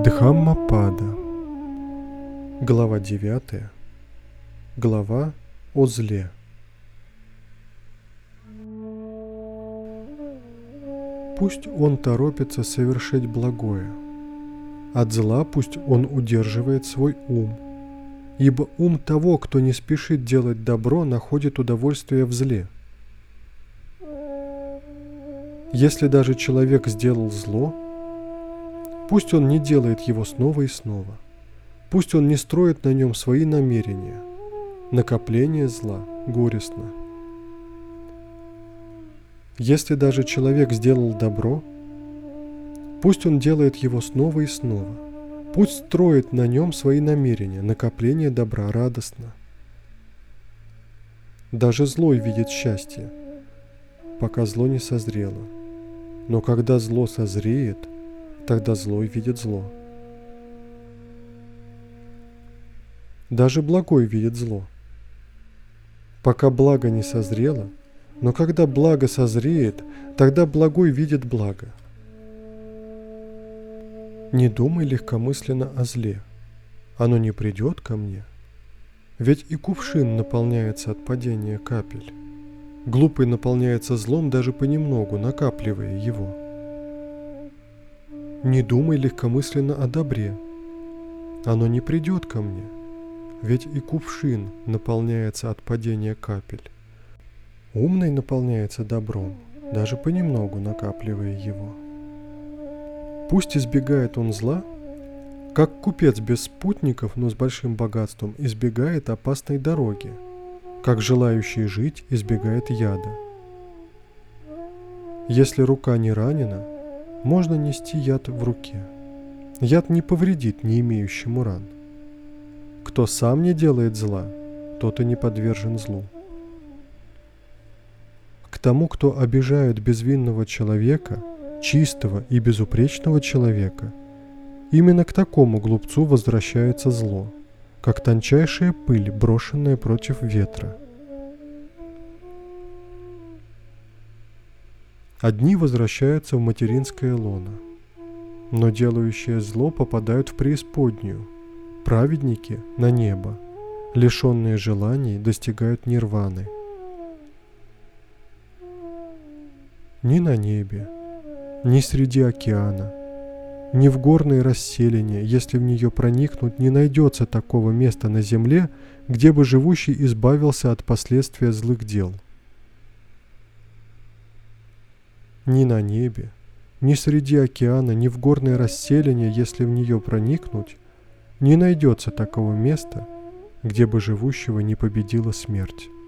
Дхаммапада. Глава 9. Глава о зле. Пусть он торопится совершить благое. От зла пусть он удерживает свой ум. Ибо ум того, кто не спешит делать добро, находит удовольствие в зле. Если даже человек сделал зло, пусть он не делает его снова и снова. Пусть он не строит на нем свои намерения. Накопление зла горестно. Если даже человек сделал добро, пусть он делает его снова и снова. Пусть строит на нем свои намерения. Накопление добра радостно. Даже злой видит счастье, пока зло не созрело. Но когда зло созреет, тогда злой видит зло. Даже благой видит зло, пока благо не созрело, но когда благо созреет, тогда благой видит благо. Не думай легкомысленно о зле, оно не придет ко мне, ведь и кувшин наполняется от падения капель. Глупый наполняется злом даже понемногу, накапливая его. Не думай легкомысленно о добре, оно не придет ко мне, ведь и кувшин наполняется от падения капель. Умный наполняется добром, даже понемногу накапливая его. Пусть избегает он зла, как купец без спутников, но с большим богатством избегает опасной дороги, как желающий жить избегает яда. Если рука не ранена, можно нести яд в руке. Яд не повредит не имеющему ран. Кто сам не делает зла, тот и не подвержен злу. К тому, кто обижает безвинного человека, чистого и безупречного человека, именно к такому глупцу возвращается зло, как тончайшая пыль, брошенная против ветра. Одни возвращаются в материнское лоно, но делающие зло попадают в преисподнюю, праведники – на небо, лишенные желаний достигают нирваны. Ни на небе, ни среди океана, ни в горные расселения, если в нее проникнуть, не найдется такого места на земле, где бы живущий избавился от последствия злых дел. Ни на небе, ни среди океана, ни в горные расселения, если в нее проникнуть, не найдется такого места, где бы живущего не победила смерть.